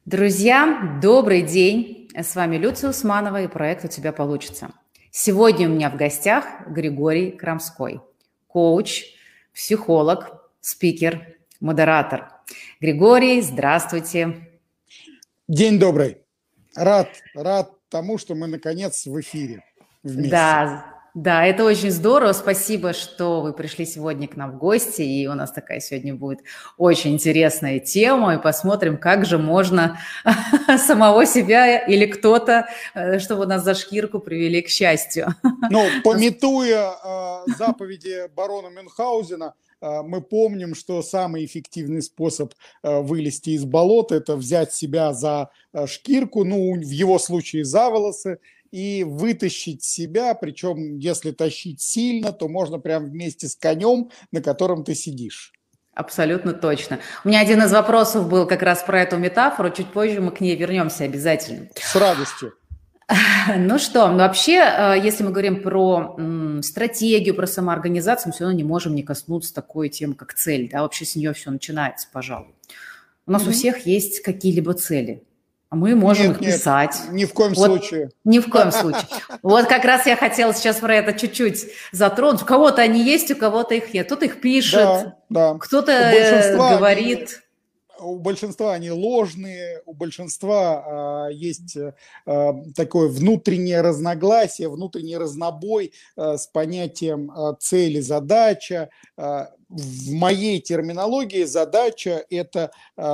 Друзья, добрый день! С вами Люция Усманова и проект «У тебя получится». Сегодня у меня в гостях Григорий Крамской, коуч, психолог, спикер, модератор. Григорий, здравствуйте! День добрый. Рад тому, что мы наконец в эфире вместе. Да, это очень здорово. Спасибо, что вы пришли сегодня к нам в гости. И у нас такая сегодня будет очень интересная тема. И посмотрим, как же можно самого себя или кто-то, чтобы нас за шкирку привели к счастью. Ну, памятуя заповеди барона Мюнхгаузена, мы помним, что самый эффективный способ вылезти из болота – это взять себя за шкирку, ну, в его случае за волосы, и вытащить себя, причем если тащить сильно, то можно прям вместе с конем, на котором ты сидишь. Абсолютно точно. У меня один из вопросов был как раз про эту метафору, чуть позже мы к ней вернемся обязательно. С радостью. Ну что, вообще, если мы говорим про стратегию, про самоорганизацию, мы все равно не можем не коснуться такой темы, как цель. Да? Вообще с нее все начинается, пожалуй. У нас у всех есть какие-либо цели, а мы можем их писать. Ни в коем случае. Ни в коем случае. Вот как раз я хотела сейчас про это чуть-чуть затронуть. У кого-то они есть, у кого-то их нет. Кто-то их пишет, да. Кто-то говорит... У большинства они ложные, у большинства есть такое внутреннее разногласие, внутренний разнобой с понятием цели, задача. В моей терминологии задача – это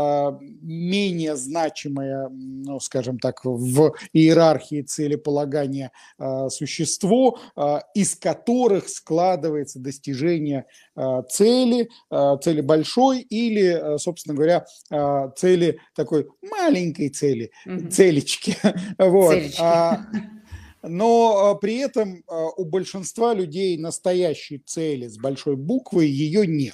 менее значимое, ну, скажем так, в иерархии целеполагания существо, из которых складывается достижение цели большой или, собственно говоря, цели такой маленькой цели, целечки. Вот. Но при этом у большинства людей настоящей цели с большой буквы ее нет.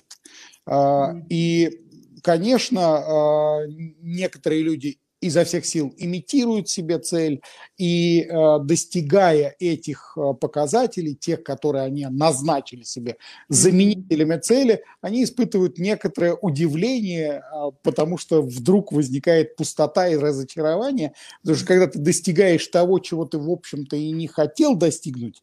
И, конечно, некоторые люди изо всех сил имитируют себе цель, и достигая этих показателей, тех, которые они назначили себе заменителями цели, они испытывают некоторое удивление, потому что вдруг возникает пустота и разочарование, потому что когда ты достигаешь того, чего ты, в общем-то, и не хотел достигнуть,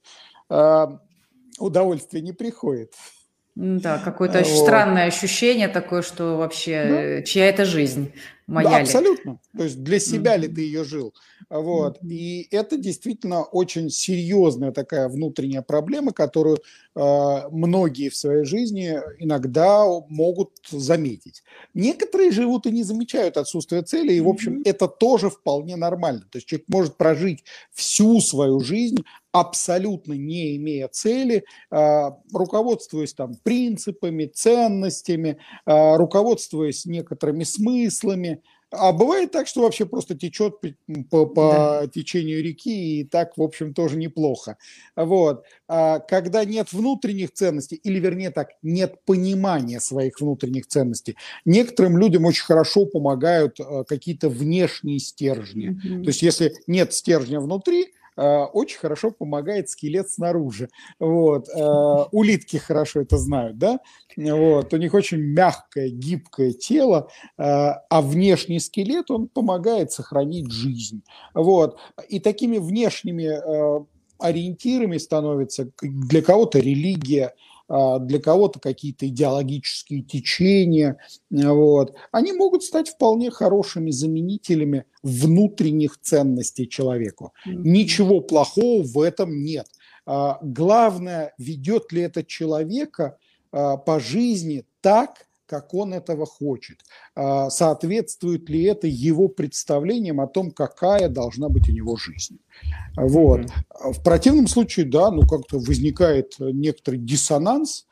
удовольствие не приходит. Да, какое-то странное ощущение такое, что вообще чья это жизнь, моя ли? Абсолютно. То есть для себя ли ты ее жил? Вот. И это действительно очень серьезная такая внутренняя проблема, которую многие в своей жизни иногда могут заметить. Некоторые живут и не замечают отсутствие цели, и, в общем, это тоже вполне нормально. То есть человек может прожить всю свою жизнь, абсолютно не имея цели, руководствуясь там принципами, ценностями, руководствуясь некоторыми смыслами. А бывает так, что вообще просто течет по течению реки, и так, в общем, тоже неплохо. Вот. Когда нет внутренних ценностей, или, вернее так, нет понимания своих внутренних ценностей, некоторым людям очень хорошо помогают какие-то внешние стержни. То есть если нет стержня внутри, очень хорошо помогает скелет снаружи. Вот. Улитки хорошо это знают, да? Вот. У них очень мягкое, гибкое тело, а внешний скелет, он помогает сохранить жизнь. Вот. И такими внешними ориентирами становится для кого-то религия, для кого-то какие-то идеологические течения, вот. Они могут стать вполне хорошими заменителями внутренних ценностей человеку. Ничего плохого в этом нет. Главное, ведет ли это человека по жизни так, как он этого хочет. Соответствует ли это его представлениям о том, какая должна быть у него жизнь. Вот. В противном случае, да, ну как-то возникает некоторый диссонанс,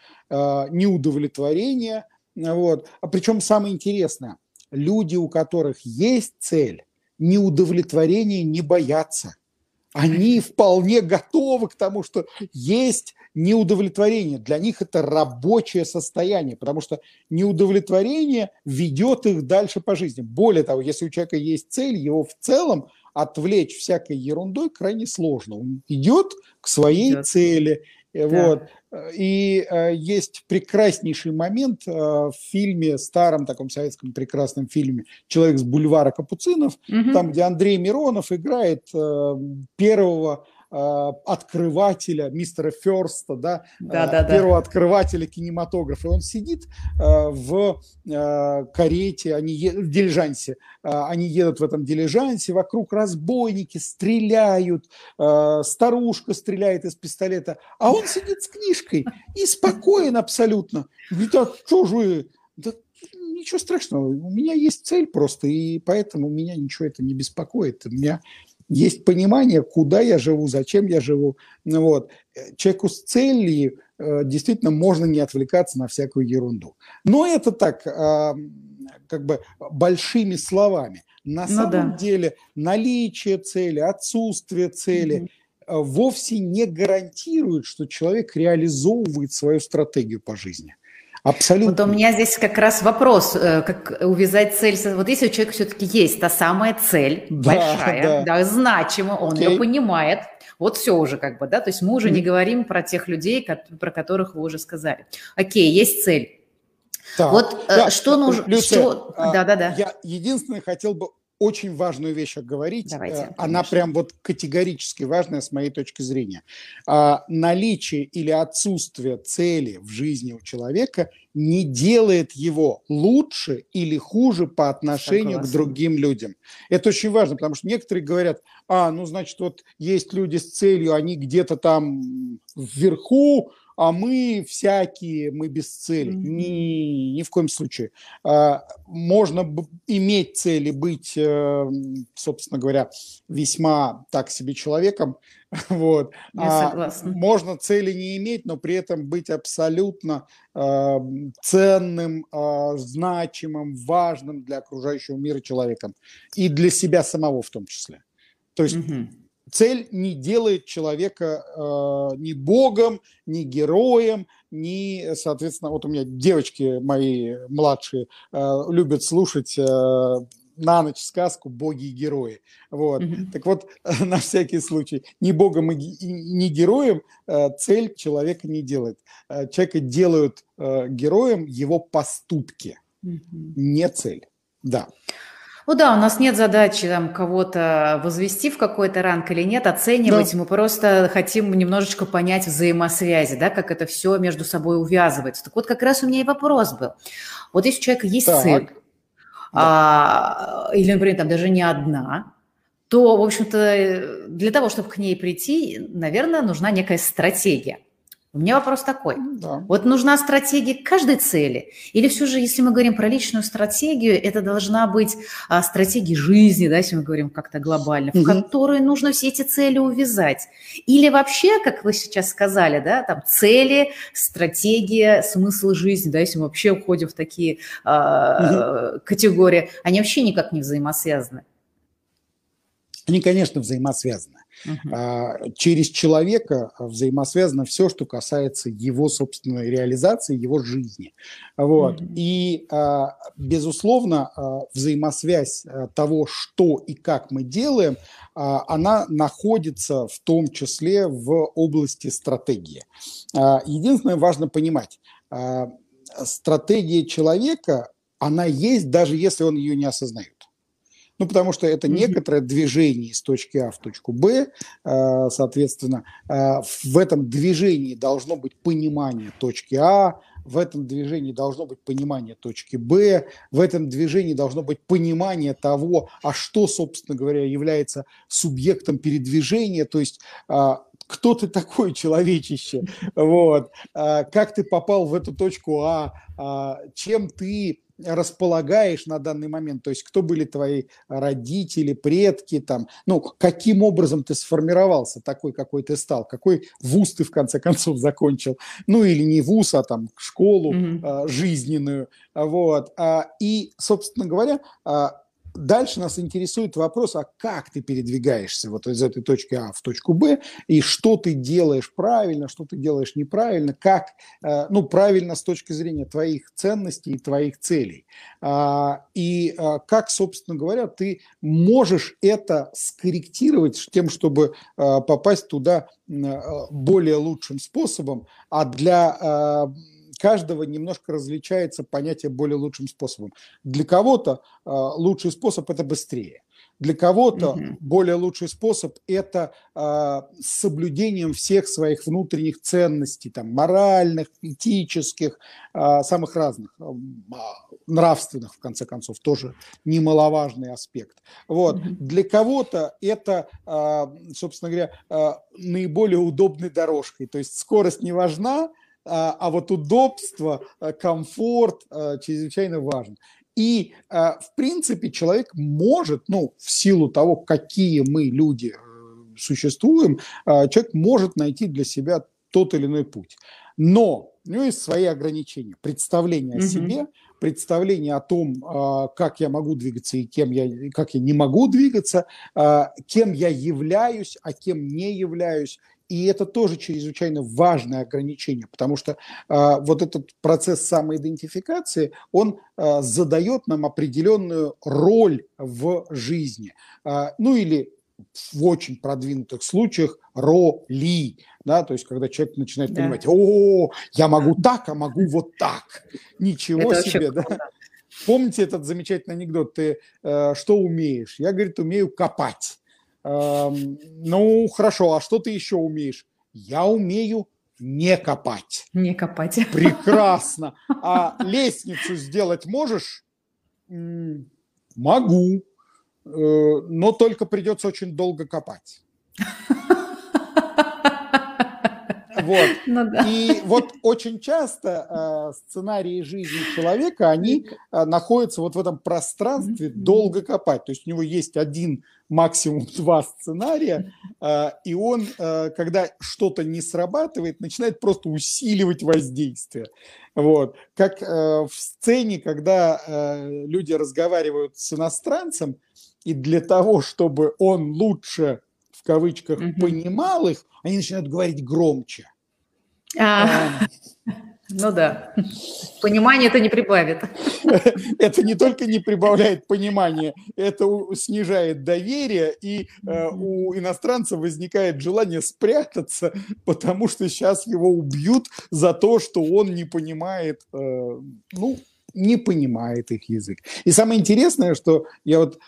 неудовлетворение. Вот. А причем самое интересное, люди, у которых есть цель, неудовлетворения не боятся. Они вполне готовы к тому, что есть неудовлетворение. Для них это рабочее состояние, потому что неудовлетворение ведет их дальше по жизни. Более того, если у человека есть цель, его в целом отвлечь всякой ерундой крайне сложно. Он идет к своей цели, Вот. И есть прекраснейший момент в фильме, старом таком советском прекрасном фильме «Человек с бульвара Капуцинов», там, где Андрей Миронов играет первого открывателя, мистера Ферста, да, первого открывателя кинематографа. И он сидит в карете, в дилижансе. Они едут в этом дилижансе, вокруг разбойники стреляют, старушка стреляет из пистолета, а он сидит с книжкой и спокоен абсолютно. Говорит, а что же вы? Да ничего страшного, у меня есть цель просто, и поэтому меня ничего это не беспокоит. У меня есть понимание, куда я живу, зачем я живу. Вот. Человеку с целью действительно можно не отвлекаться на всякую ерунду. Но это так, как бы большими словами. На самом деле наличие цели, отсутствие цели вовсе не гарантирует, что человек реализовывает свою стратегию по жизни. Абсолютно. Вот у меня здесь как раз вопрос, как увязать цель. Вот если у человека все-таки есть та самая цель, большая, значимая, он ее понимает, вот все уже как бы, да, то есть мы уже не говорим про тех людей, про которых вы уже сказали. Окей, есть цель. Вот что нужно... Люция, я единственное хотел бы очень важную вещь оговорить. Давайте, она прям вот категорически важная с моей точки зрения. Наличие или отсутствие цели в жизни у человека не делает его лучше или хуже по отношению к другим людям. Это очень важно, потому что некоторые говорят, значит, вот есть люди с целью, они где-то там вверху, а мы всякие, мы без цели. Ни в коем случае. Можно иметь цели, быть, собственно говоря, весьма так себе человеком. Вот. Я согласна. Можно цели не иметь, но при этом быть абсолютно ценным, значимым, важным для окружающего мира человеком. И для себя самого в том числе. То есть цель не делает человека ни богом, ни героем, ни, соответственно, вот у меня девочки мои младшие любят слушать на ночь сказку «Боги и герои». Вот. Так вот, на всякий случай, ни богом и ни героем цель человека не делает. Человека делают героем его поступки, не цель. Да. Ну да, у нас нет задачи там кого-то возвести в какой-то ранг или нет, оценивать. Мы просто хотим немножечко понять взаимосвязи, да, как это все между собой увязывается. Так вот, как раз у меня и вопрос был. Вот если у человека есть цель, или, например, там даже не одна, то, в общем-то, для того, чтобы к ней прийти, наверное, нужна некая стратегия. У меня вопрос такой. Вот нужна стратегия к каждой цели? Или все же, если мы говорим про личную стратегию, это должна быть стратегия жизни, да, если мы говорим как-то глобально, в которой нужно все эти цели увязать? Или вообще, как вы сейчас сказали, да, там цели, стратегия, смысл жизни, да, если мы вообще уходим в такие категории, они вообще никак не взаимосвязаны? Они, конечно, взаимосвязаны. Через человека взаимосвязано все, что касается его собственной реализации, его жизни. Вот. И, безусловно, взаимосвязь того, что и как мы делаем, она находится в том числе в области стратегии. Единственное, важно понимать, стратегия человека, она есть, даже если он ее не осознает. Ну, потому что это некоторое движение из точки А в точку Б, соответственно, в этом движении должно быть понимание точки А, в этом движении должно быть понимание точки Б, в этом движении должно быть понимание того, а что, собственно говоря, является субъектом передвижения, то есть кто ты такой, человечище, вот, как ты попал в эту точку А, чем ты располагаешь на данный момент, то есть кто были твои родители, предки, там, ну, каким образом ты сформировался такой, какой ты стал, какой вуз ты в конце концов закончил, ну или не вуз, а там школу жизненную, вот, и, собственно говоря, дальше нас интересует вопрос, а как ты передвигаешься вот из этой точки А в точку Б, и что ты делаешь правильно, что ты делаешь неправильно, как, ну, правильно с точки зрения твоих ценностей и твоих целей. И как, собственно говоря, ты можешь это скорректировать тем, чтобы попасть туда более лучшим способом, а для каждого немножко различается понятие более лучшим способом. Для кого-то лучший способ – это быстрее. Для кого-то более лучший способ – это с соблюдением всех своих внутренних ценностей, там, моральных, этических, самых разных, нравственных, в конце концов, тоже немаловажный аспект. Вот. Для кого-то это, собственно говоря, наиболее удобной дорожкой. То есть скорость не важна, а вот удобство, комфорт чрезвычайно важен. И, в принципе, человек может, ну, в силу того, какие мы люди существуем, человек может найти для себя тот или иной путь. Но у него есть свои ограничения, представление о себе, представление о том, как я могу двигаться и как я не могу двигаться, кем я являюсь, а кем не являюсь. И это тоже чрезвычайно важное ограничение, потому что вот этот процесс самоидентификации, он задает нам определенную роль в жизни. Ну или в очень продвинутых случаях роли, да, то есть когда человек начинает понимать, о, я могу так, а могу вот так. Ничего это себе, да. Помните этот замечательный анекдот, ты что умеешь? Я, говорит, умею копать. Ну, хорошо, а что ты еще умеешь? Я умею не копать. Не копать. Прекрасно. А лестницу сделать можешь? Могу, но только придется очень долго копать. Вот. Ну, да. И вот очень часто сценарии жизни человека, они находятся вот в этом пространстве долго копать. То есть у него есть один, максимум два сценария, и он, когда что-то не срабатывает, начинает просто усиливать воздействие. Вот. Как в сцене, когда люди разговаривают с иностранцем, и для того, чтобы он лучше, в кавычках, понимал их, они начинают говорить громче. Ну да, понимание это не прибавит. Это не только не прибавляет понимания, это снижает доверие, и у иностранца возникает желание спрятаться, потому что сейчас его убьют за то, что он не понимает, ну, не понимает их язык. И самое интересное, что я вот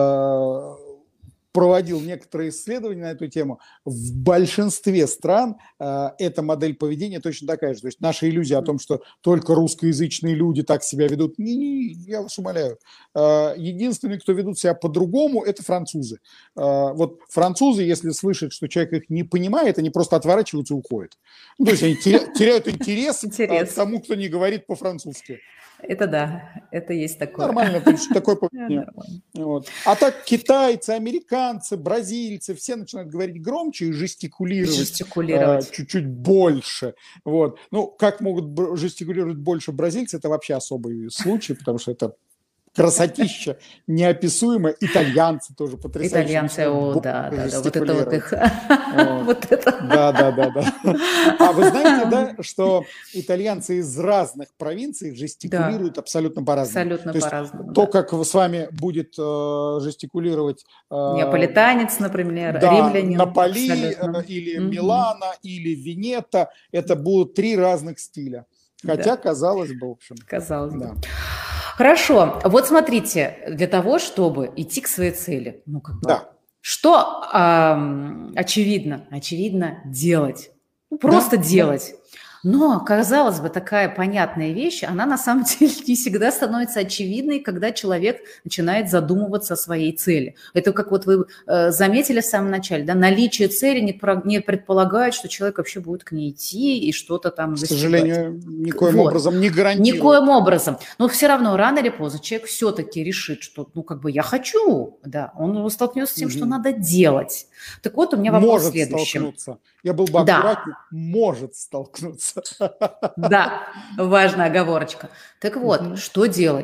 проводил некоторые исследования на эту тему, в большинстве стран эта модель поведения точно такая же. То есть наша иллюзия о том, что только русскоязычные люди так себя ведут, не, я вас умоляю. Единственные, кто ведут себя по-другому, это французы. Вот французы, если слышат, что человек их не понимает, они просто отворачиваются и уходят. Ну, то есть они теряют интерес к тому, кто не говорит по-французски. Это да, это есть такое. Нормально, такое поведение. Вот. А так китайцы, американцы, бразильцы, все начинают говорить громче и жестикулировать чуть-чуть больше. Вот. Ну, как могут жестикулировать больше бразильцы, это вообще особый случай, потому что это красотища неописуемая. Итальянцы тоже потрясающе. Итальянцы, о, да, вот это вот их. Вот это. Да. А вы знаете, да, что итальянцы из разных провинций жестикулируют абсолютно по-разному. Абсолютно по-разному. То, как с вами будет жестикулировать неаполитанец, например, римлянин. Наполи или Милано, или Венето, это будут три разных стиля. Хотя, казалось бы, в общем. Казалось бы. Хорошо, вот смотрите, для того, чтобы идти к своей цели, ну, как бы, что очевидно делать, просто делать. Но, казалось бы, такая понятная вещь, она на самом деле не всегда становится очевидной, когда человек начинает задумываться о своей цели. Это как вот вы заметили в самом начале, да, наличие цели не предполагает, что человек вообще будет к ней идти и что-то там достигать. К сожалению, никоим образом не гарантирует. Никоим образом. Но все равно, рано или поздно, человек все-таки решит, что, ну, как бы, я хочу, да, он столкнется с тем, что надо делать. Так вот, у меня вопрос следующий. Может столкнуться. Я был бы аккуратнее. Может столкнуться. Да, важная оговорочка. Так вот, что делать?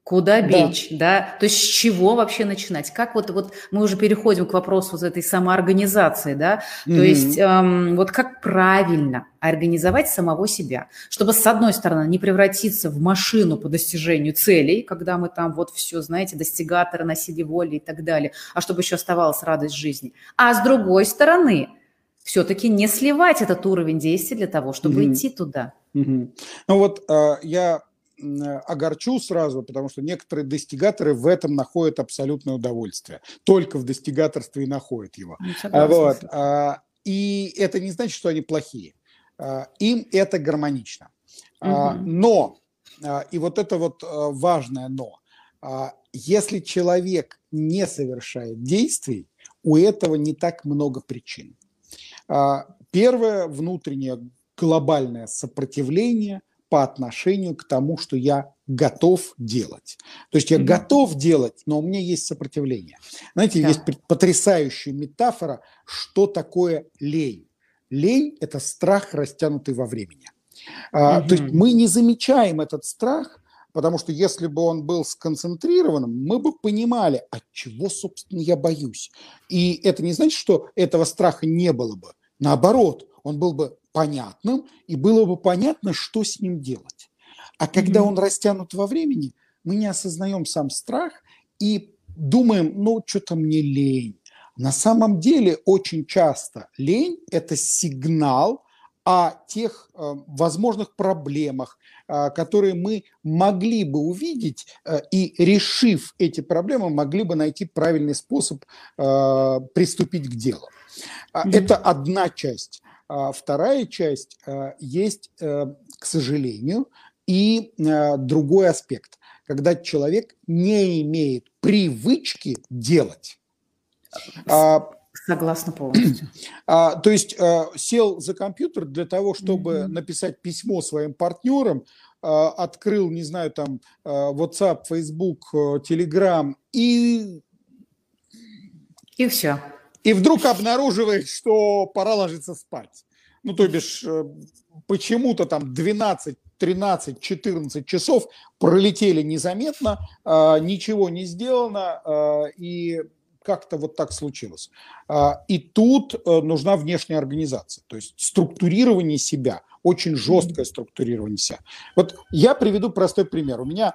Куда Да. бечь, да? То есть с чего вообще начинать? Как вот мы уже переходим к вопросу вот этой самоорганизации, да? То есть Мгм. вот как правильно организовать самого себя, чтобы с одной стороны не превратиться в машину по достижению целей, когда мы там вот все, знаете, достигаторы на силе воли и так далее, а чтобы еще оставалась радость жизни. А с другой стороны, все-таки не сливать этот уровень действий для того, чтобы Мгм. идти туда. Мгм. Ну вот я огорчу сразу, потому что некоторые достигаторы в этом находят абсолютное удовольствие. Только в достигаторстве и находят его. Ну, согласна с Вот. этим. И это не значит, что они плохие. Им это гармонично. Мгм. Но, и вот это вот важное но, если человек не совершает действий, у этого не так много причин. Первое внутреннее глобальное сопротивление по отношению к тому, что я готов делать. То есть я Мгм. готов делать, но у меня есть сопротивление. Знаете, есть Да. потрясающая метафора, что такое лень. Лень – это страх, растянутый во времени. То есть Мгм. мы не замечаем этот страх, потому что если бы он был сконцентрированным, мы бы понимали, от чего, собственно, я боюсь. И это не значит, что этого страха не было бы. Наоборот, он был бы понятным, и было бы понятно, что с ним делать. А когда Мгм. он растянут во времени, мы не осознаем сам страх и думаем, ну, что-то мне лень. На самом деле очень часто лень – это сигнал о тех возможных проблемах, которые мы могли бы увидеть и, решив эти проблемы, могли бы найти правильный способ приступить к делу. Это Мгм. одна часть. Вторая часть есть, к сожалению, и другой аспект, когда человек не имеет привычки делать. С А, Согласна полностью. То есть сел за компьютер для того, чтобы Мгм. написать письмо своим партнерам, открыл, не знаю, там WhatsApp, Facebook, Telegram И все. и вдруг обнаруживает, что пора ложиться спать. Ну, то бишь, почему-то там 12, 13, 14 часов пролетели незаметно, ничего не сделано, и как-то вот так случилось. И тут нужна внешняя организация, то есть структурирование себя, очень жесткое Мгм. структурирование себя. Вот я приведу простой пример. У меня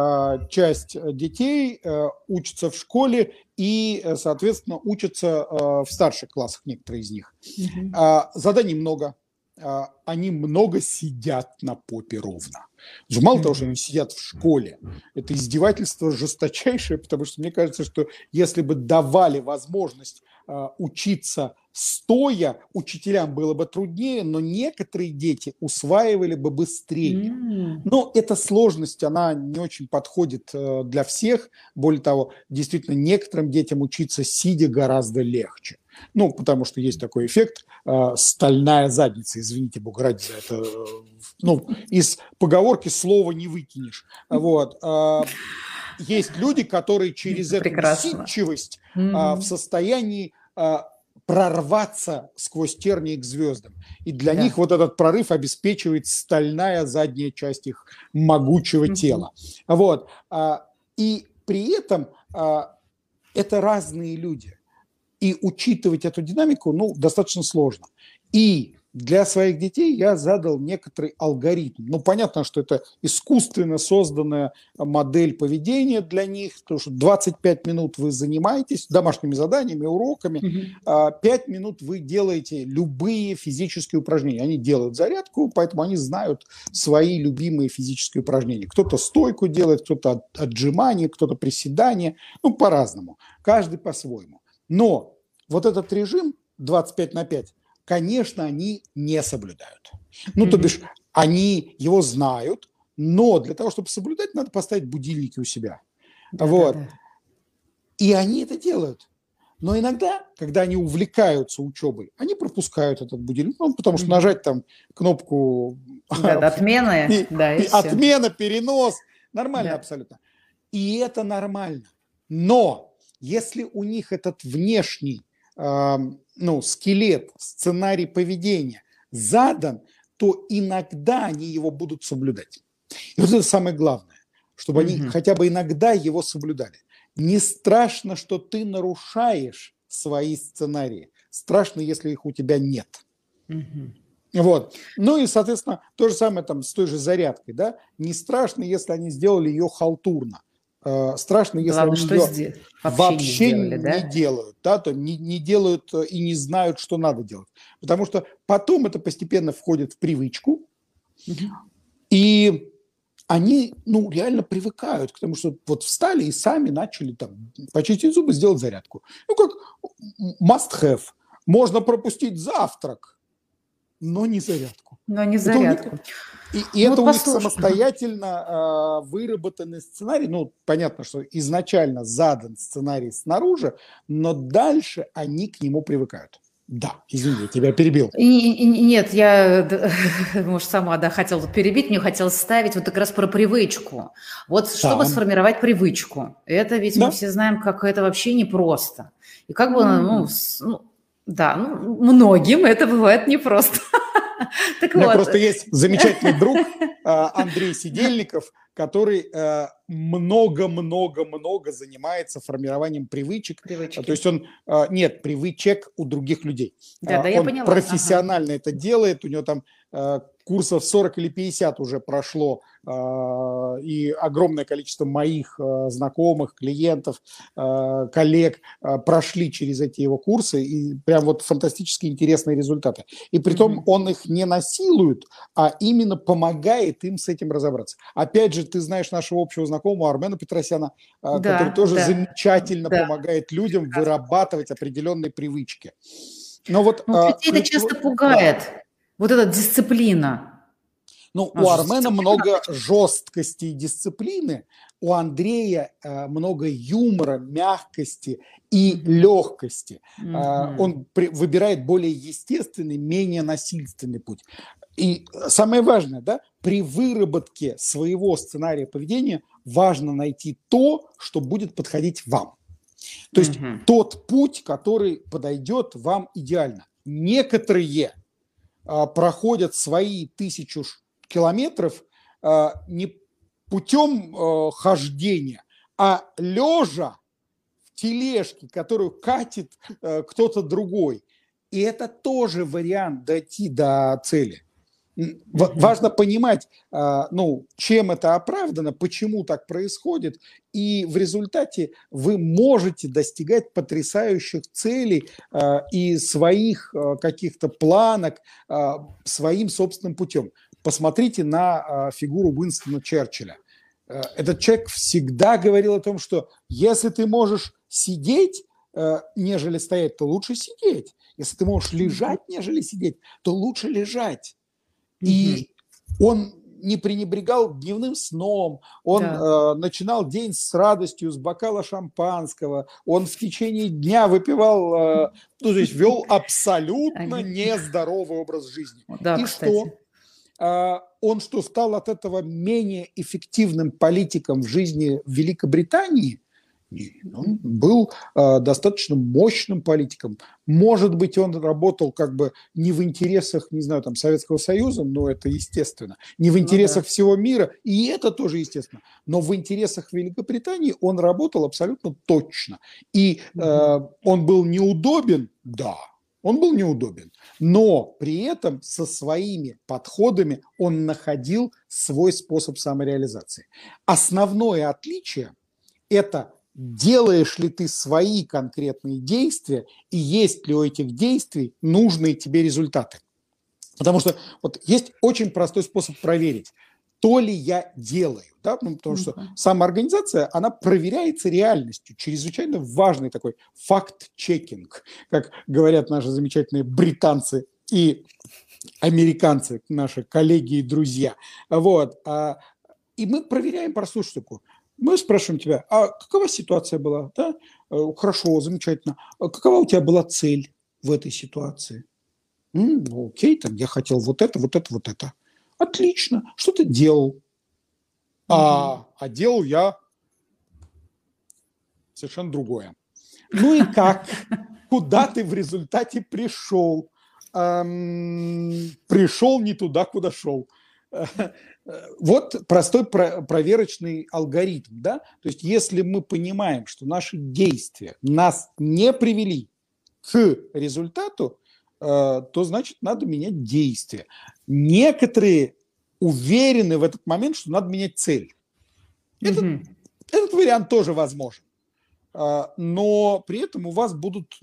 часть детей учатся в школе и, соответственно, учатся в старших классах некоторые из них. Мгм. Заданий много, они много сидят на попе ровно. Мало того, что они Мгм. сидят в школе, это издевательство жесточайшее, потому что мне кажется, что если бы давали возможность учиться стоя, учителям было бы труднее, но некоторые дети усваивали бы быстрее. Но эта сложность, она не очень подходит для всех. Более того, действительно, некоторым детям учиться сидя гораздо легче. Ну, потому что есть такой эффект стальная задница, извините, бога ради за это. Ну, из поговорки слова не выкинешь. Вот. Есть люди, которые через Это эту прекрасно. усидчивость в Мгм. состоянии прорваться сквозь тернии к звездам. И для них Да. вот этот прорыв обеспечивает стальная задняя часть их могучего Мгм. тела. Вот. И при этом это разные люди. И учитывать эту динамику, ну, достаточно сложно. И для своих детей я задал некоторый алгоритм. Ну, понятно, что это искусственно созданная модель поведения для них, потому что 25 минут вы занимаетесь домашними заданиями, уроками, Мгм. 5 минут вы делаете любые физические упражнения. Они делают зарядку, поэтому они знают свои любимые физические упражнения. Кто-то стойку делает, кто-то отжимания, кто-то приседания, ну, по-разному. Каждый по-своему. Но вот этот режим 25/5, конечно, они не соблюдают. Ну, то бишь, Мгм. они его знают, но для того, чтобы соблюдать, надо поставить будильники у себя. Вот. Да-да-да. И они это делают. Но иногда, когда они увлекаются учебой, они пропускают этот будильник, ну, потому что Мгм. нажать там кнопку Да-да, отмены, да, и все. отмена, перенос, нормально Да. абсолютно. И это нормально. Но если у них этот внешний ну, скелет, сценарий поведения задан, то иногда они его будут соблюдать. И вот это самое главное. чтобы они хотя бы иногда его соблюдали. Не страшно, что ты нарушаешь свои сценарии. Страшно, если их у тебя нет. Вот. Ну и, соответственно, то же самое там с той же зарядкой. Да? Не страшно, если они сделали ее халтурно. Страшно, если Главное, они что ее вообще не сделали, да? не делают, да, то не делают и не знают, что надо делать. Потому что потом это постепенно входит в привычку, и они, ну, реально привыкают к тому, что вот встали и сами начали там почистить зубы, сделать зарядку. Ну, как must have. Можно пропустить завтрак, но не зарядку. Но не Это зарядку. И это у них самостоятельно выработанный сценарий. Ну, понятно, что изначально задан сценарий снаружи, но дальше они к нему привыкают. Да, извини, я тебя перебил. Нет, я, может, сама, да, хотела тут перебить, мне хотелось ставить вот как раз про привычку. Вот чтобы сформировать привычку, это ведь мы все знаем, как это вообще непросто. И как бы, многим это бывает непросто. У меня просто есть замечательный друг Андрей Сидельников, который много-много-много занимается формированием привычек. То есть он, нет, привычек у других людей. Да, он я поняла. профессионально это делает, у него там курсов 40 или 50 уже прошло, и огромное количество моих знакомых, клиентов, коллег прошли через эти его курсы, и прям вот фантастически интересные результаты. И притом он их не насилует, а именно помогает им с этим разобраться. Опять же, ты знаешь нашего общего знакомого Армена Петросяна, который тоже замечательно помогает людям вырабатывать определенные привычки. Но вот, людей это часто пугает. Вот эта дисциплина. Ну, у Армена много жесткости и дисциплины, у Андрея много юмора, мягкости и легкости. Он выбирает более естественный, менее насильственный путь. И самое важное, да, при выработке своего сценария поведения важно найти то, что будет подходить вам. То есть тот путь, который подойдет вам идеально. Некоторые проходят свои 1000 километров не путем хождения, а лежа в тележке, которую катит кто-то другой. И это тоже вариант дойти до цели. Важно понимать, чем это оправдано, почему так происходит, и в результате вы можете достигать потрясающих целей и своих каких-то планок своим собственным путем. Посмотрите на фигуру Уинстона Черчилля. Этот человек всегда говорил о том, что если ты можешь сидеть, нежели стоять, то лучше сидеть. Если ты можешь лежать, нежели сидеть, то лучше лежать. И он не пренебрегал дневным сном, он начинал день с радостью, с бокала шампанского, он в течение дня выпивал, то есть вел абсолютно нездоровый образ жизни. Да, и кстати. что? Он что, стал от этого менее эффективным политиком в жизни Великобритании? Он был достаточно мощным политиком. Может быть, он работал как бы не в интересах, не знаю, там, Советского Союза, но это естественно. Не в интересах всего мира, и это тоже естественно. Но в интересах Великобритании он работал абсолютно точно. И он был неудобен, да, он был неудобен. Но при этом со своими подходами он находил свой способ самореализации. Основное отличие – это делаешь ли ты свои конкретные действия и есть ли у этих действий нужные тебе результаты. Потому что вот есть очень простой способ проверить, то ли я делаю. Да? Потому что самоорганизация, она проверяется реальностью. Чрезвычайно важный такой факт-чекинг, как говорят наши замечательные британцы и американцы, наши коллеги и друзья. Вот. И мы проверяем простую штуку. Мы спрашиваем тебя, а какова ситуация была? Да? Хорошо, замечательно. А какова у тебя была цель в этой ситуации? Окей, там я хотел вот это, вот это, вот это. Отлично. Что ты делал? А делал я совершенно другое. Ну и как? Куда ты в результате пришел? Пришел не туда, куда шел. Вот простой проверочный алгоритм, да? То есть если мы понимаем, что наши действия нас не привели к результату, то значит надо менять действия. Некоторые уверены в этот момент, что надо менять цель. Этот вариант тоже возможен. Но при этом у вас будут,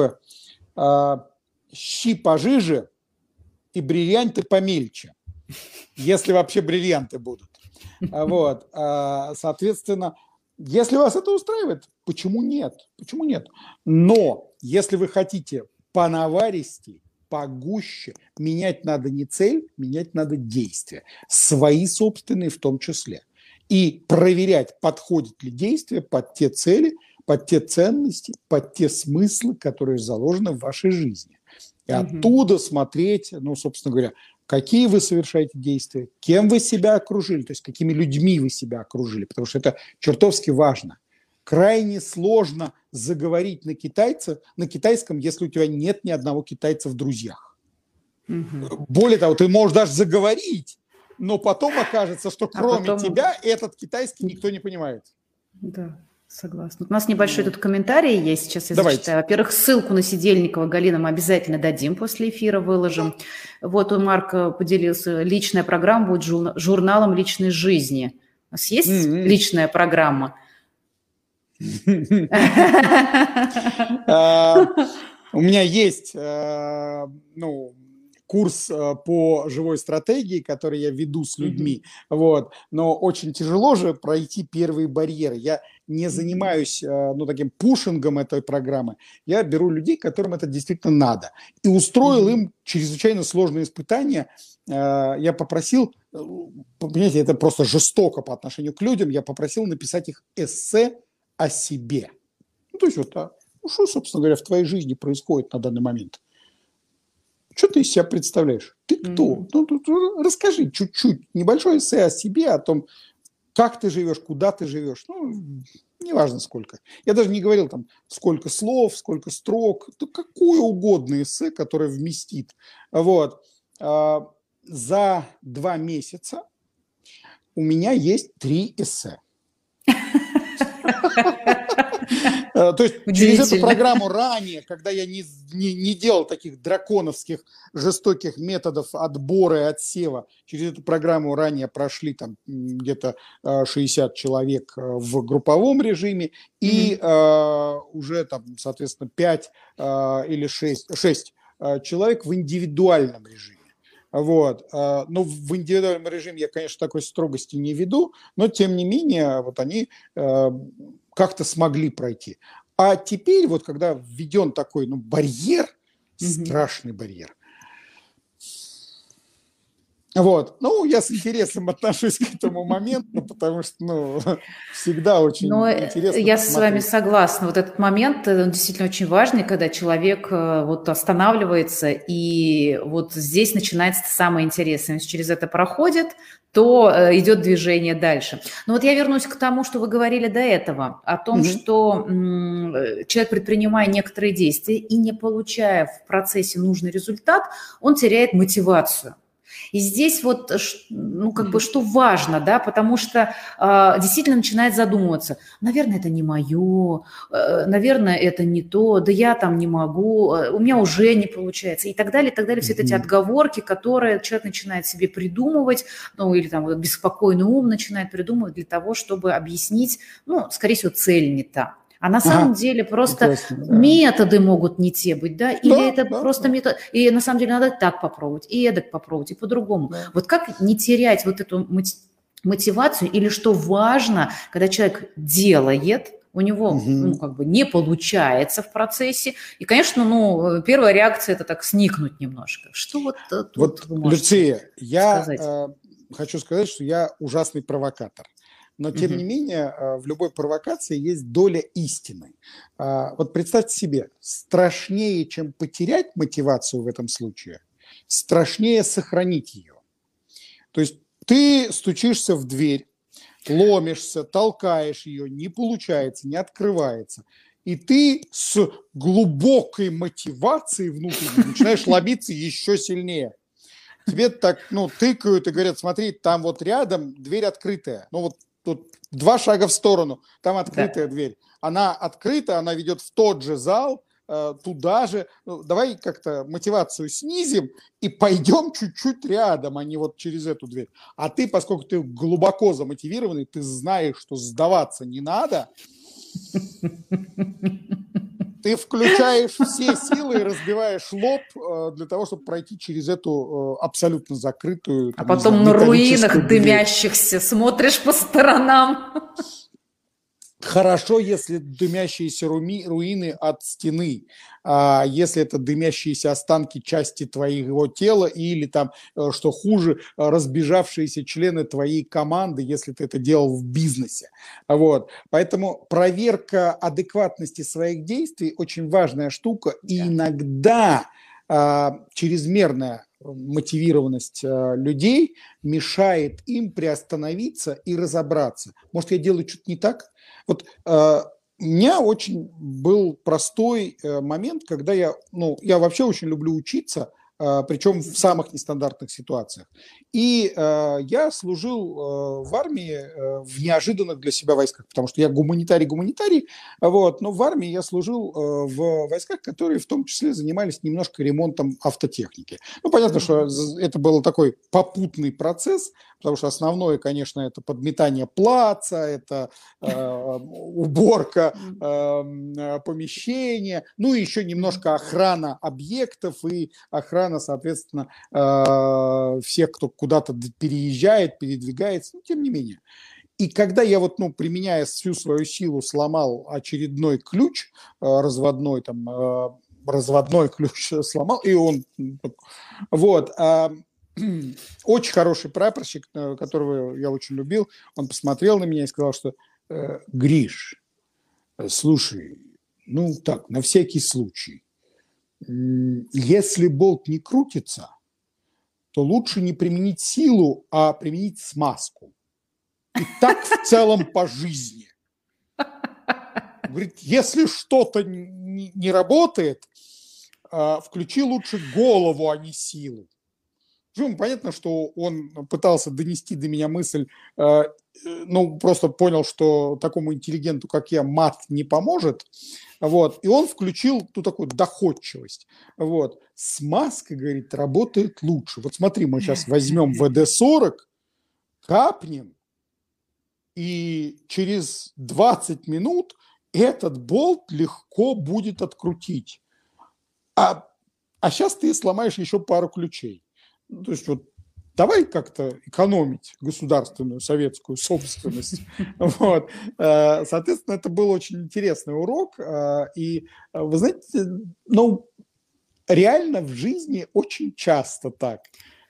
щи пожиже и бриллианты помельче. Если вообще бриллианты будут. Вот. Соответственно, если вас это устраивает, почему нет? Почему нет? Но если вы хотите понаваристей, погуще, менять надо не цель, менять надо действия. Свои собственные в том числе. И проверять, подходит ли действие под те цели, под те ценности, под те смыслы, которые заложены в вашей жизни. И оттуда смотреть, собственно говоря, какие вы совершаете действия, кем вы себя окружили, то есть какими людьми вы себя окружили, потому что это чертовски важно. Крайне сложно заговорить на китайском, если у тебя нет ни одного китайца в друзьях. Более того, ты можешь даже заговорить, но потом окажется, что кроме тебя этот китайский никто не понимает. Да. Согласна. У нас небольшой тут комментарий есть, сейчас я зачитаю. Во-первых, ссылку на Сидельникова Галина мы обязательно дадим, после эфира выложим. Вот у Марка поделился, личная программа будет журналом личной жизни. У нас есть личная программа? У меня есть, курс по живой стратегии, который я веду с людьми, вот, но очень тяжело же пройти первые барьеры. Я не занимаюсь, таким пушингом этой программы. Я беру людей, которым это действительно надо. И устроил им чрезвычайно сложные испытания. Я попросил, понимаете, это просто жестоко по отношению к людям, я попросил написать их эссе о себе. То есть что, собственно говоря, в твоей жизни происходит на данный момент? Что ты из себя представляешь? Ты кто? Расскажи чуть-чуть, небольшое эссе о себе, о том, как ты живешь, куда ты живешь. Неважно сколько. Я даже не говорил там, сколько слов, сколько строк. Какое угодно эссе, которое вместит. Вот. За 2 месяца у меня есть 3 эссе. То есть через эту программу ранее, когда я не делал таких драконовских жестоких методов отбора и отсева, через эту программу ранее прошли там где-то 60 человек в групповом режиме и уже там, соответственно, 5 или 6 человек в индивидуальном режиме. Вот. Но в индивидуальном режиме я, конечно, такой строгости не веду, но тем не менее вот они как-то смогли пройти. А теперь вот когда введен такой барьер, страшный барьер, вот. Я с интересом отношусь к этому моменту, потому что, всегда очень интересно. Я с вами согласна. Вот этот момент действительно очень важный, когда человек останавливается, и вот здесь начинается самое интересное. Если через это проходит, то идет движение дальше. Но вот я вернусь к тому, что вы говорили до этого, о том, что человек, предпринимая некоторые действия и не получая в процессе нужный результат, он теряет мотивацию. И здесь что важно, да, потому что действительно начинает задумываться, наверное, это не мое, наверное, это не то, да я там не могу, у меня уже не получается и так далее, все эти отговорки, которые человек начинает себе придумывать, или там беспокойный ум начинает придумывать для того, чтобы объяснить, скорее всего, цель не та. А на самом деле просто методы могут не те быть, да? Или это просто метод. И на самом деле надо так попробовать, и эдак попробовать, и по-другому. Да. Вот как не терять вот эту мотивацию, или что важно, когда человек делает, у него не получается в процессе. И, конечно, первая реакция – это так сникнуть немножко. Что тут вы можете Люция, я хочу сказать, что я ужасный провокатор. Но, тем не менее, в любой провокации есть доля истины. Вот представьте себе, страшнее, чем потерять мотивацию в этом случае, страшнее сохранить ее. То есть ты стучишься в дверь, ломишься, толкаешь ее, не получается, не открывается. И ты с глубокой мотивацией внутренней начинаешь ломиться еще сильнее. тебе так, ну, тыкают и говорят, смотри, там вот рядом дверь открытая. Ну, вот тут 2 шага в сторону, там открытая Да. дверь. Она открыта, она ведет в тот же зал, туда же. Ну, давай как-то мотивацию снизим и пойдем чуть-чуть рядом, а не вот через эту дверь. А ты, поскольку ты глубоко замотивированный, ты знаешь, что сдаваться не надо, ты включаешь все силы и разбиваешь лоб для того, чтобы пройти через эту абсолютно закрытую, А там, не знаю, потом на металлическую руинах дверь. дымящихся смотришь по сторонам. Хорошо, если дымящиеся руины от стены, а если это дымящиеся останки части твоего тела или там, что хуже, разбежавшиеся члены твоей команды, если ты это делал в бизнесе. Вот. Поэтому проверка адекватности своих действий очень важная штука. И Да. иногда чрезмерная мотивированность людей мешает им приостановиться и разобраться. Может, я делаю что-то не так? Вот у меня очень был простой момент, когда я вообще очень люблю учиться, причем в самых нестандартных ситуациях. И я служил в армии в неожиданных для себя войсках, потому что я гуманитарий, вот, но в армии я служил в войсках, которые в том числе занимались немножко ремонтом автотехники. Ну, понятно, что это был такой попутный процесс, потому что основное, конечно, это подметание плаца, это уборка помещения, ну и еще немножко охрана объектов и охрана, соответственно, всех, кто куда-то переезжает, передвигается, но тем не менее. И когда я вот, применяя всю свою силу, сломал очередной ключ разводной, разводной ключ сломал, и он вот. Очень хороший прапорщик, которого я очень любил, он посмотрел на меня и сказал, что Гриш, слушай, так, на всякий случай, если болт не крутится, то лучше не применить силу, а применить смазку. И так в целом по жизни. Говорит, если что-то не работает, включи лучше голову, а не силу. Понятно, что он пытался донести до меня мысль, просто понял, что такому интеллигенту, как я, мат не поможет. Вот. И он включил ту такую доходчивость. Вот. Смазка, говорит, работает лучше. Вот смотри, мы сейчас возьмем ВД-40, капнем, и через 20 минут этот болт легко будет открутить. А сейчас ты сломаешь еще пару ключей. То есть вот давай как-то экономить государственную советскую собственность. Вот. Соответственно, это был очень интересный урок. И вы знаете, реально в жизни очень часто так.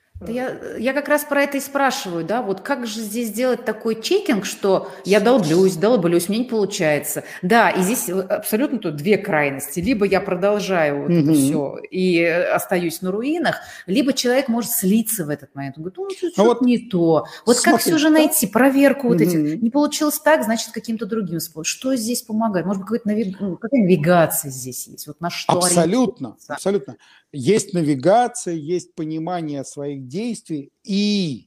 Я как раз про это и спрашиваю, да, вот как же здесь сделать такой чекинг, что я долблюсь, у меня не получается. Да, и здесь абсолютно тут две крайности. Либо я продолжаю вот это все и остаюсь на руинах, либо человек может слиться в этот момент. Он говорит, тут что-то не то. Вот смотри, как все же найти проверку вот этих? Не получилось так, значит, каким-то другим способом. Что здесь помогает? Может быть, какая навигация здесь есть? Вот на что абсолютно. Есть навигация, есть понимание своих действий. И